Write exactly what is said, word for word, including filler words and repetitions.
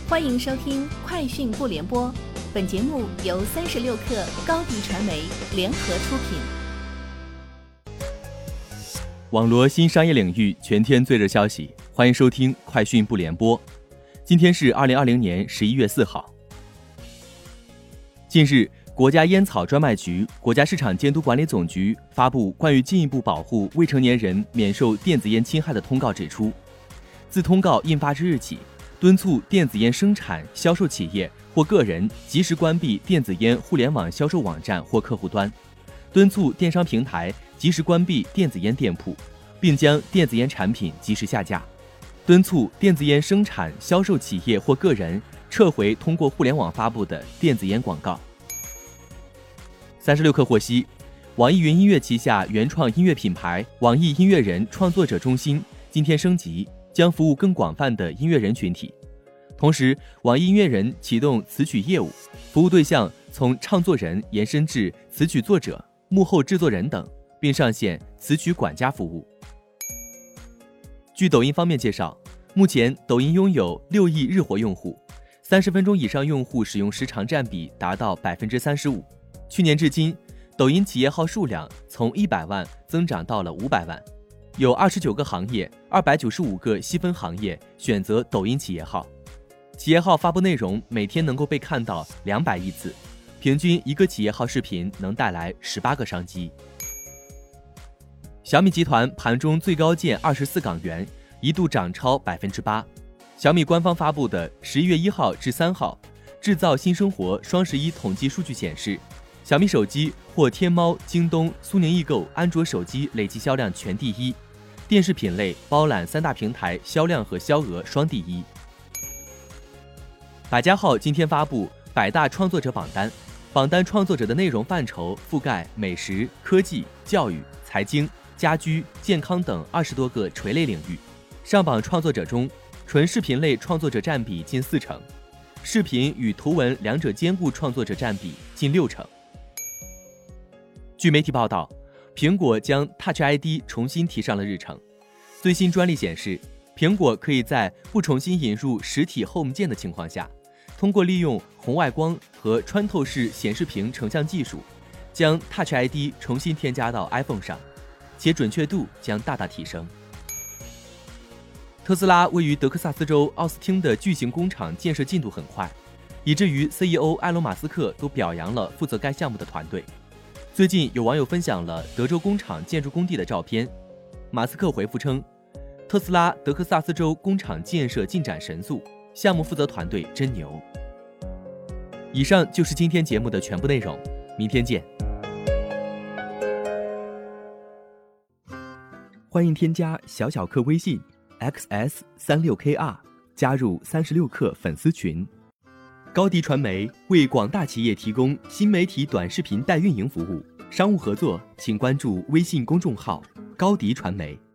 欢迎收听快讯不联播，本节目由三十六克高低传媒联合出品。 网罗新商业领域全天最热消息，欢迎收听快讯不联播。今天是二零二零年十一月四号。近日，国家烟草专卖局、国家市场监督管理总局发布关于进一步保护未成年人免受电子烟侵害的通告，指出，自通告印发之日起，敦促电子烟生产、销售企业或个人及时关闭电子烟互联网销售网站或客户端，敦促电商平台及时关闭电子烟店铺，并将电子烟产品及时下架，敦促电子烟生产、销售企业或个人撤回通过互联网发布的电子烟广告。三十六氪获悉，网易云音乐旗下原创音乐品牌网易音乐人创作者中心今天升级，将服务更广泛的音乐人群体。同时，网易音乐人启动词曲业务，服务对象从唱作人延伸至词曲作者、幕后制作人等，并上线词曲管家服务。据抖音方面介绍，目前抖音拥有六亿日活用户，三十分钟以上用户使用时长占比达到百分之三十五。去年至今，抖音企业号数量从一百万增长到了五百万，有二十九个行业、二百九十五个细分行业选择抖音企业号。企业号发布内容每天能够被看到两百亿次，平均一个企业号视频能带来十八个商机。小米集团盘中最高见二十四港元，一度涨超百分之八。小米官方发布的十一月一号至三号制造新生活双十一统计数据显示，小米手机获天猫、京东、苏宁易购安卓手机累计销量全第一，电视品类包揽三大平台销量和销额双第一。百家号今天发布百大创作者榜单，榜单创作者的内容范畴覆盖美食、科技、教育、财经、家居、健康等二十多个垂类领域。上榜创作者中，纯视频类创作者占比近四成，视频与图文两者兼顾创作者占比近六成。据媒体报道，苹果将 Touch I D 重新提上了日程。最新专利显示，苹果可以在不重新引入实体 Home 键的情况下，通过利用红外光和穿透式显示屏成像技术，将 Touch I D 重新添加到 iPhone 上，且准确度将大大提升。特斯拉位于德克萨斯州奥斯汀的巨型工厂建设进度很快，以至于 C E O 埃隆·马斯克都表扬了负责该项目的团队。最近有网友分享了德州工厂建筑工地的照片，马斯克回复称，特斯拉德克萨斯州工厂建设进展神速，项目负责团队真牛。以上就是今天节目的全部内容，明天见。欢迎添加小小客微信 X S 三六 K R 加入三十六氪粉丝群。高迪传媒为广大企业提供新媒体短视频代运营服务，商务合作请关注微信公众号高迪传媒。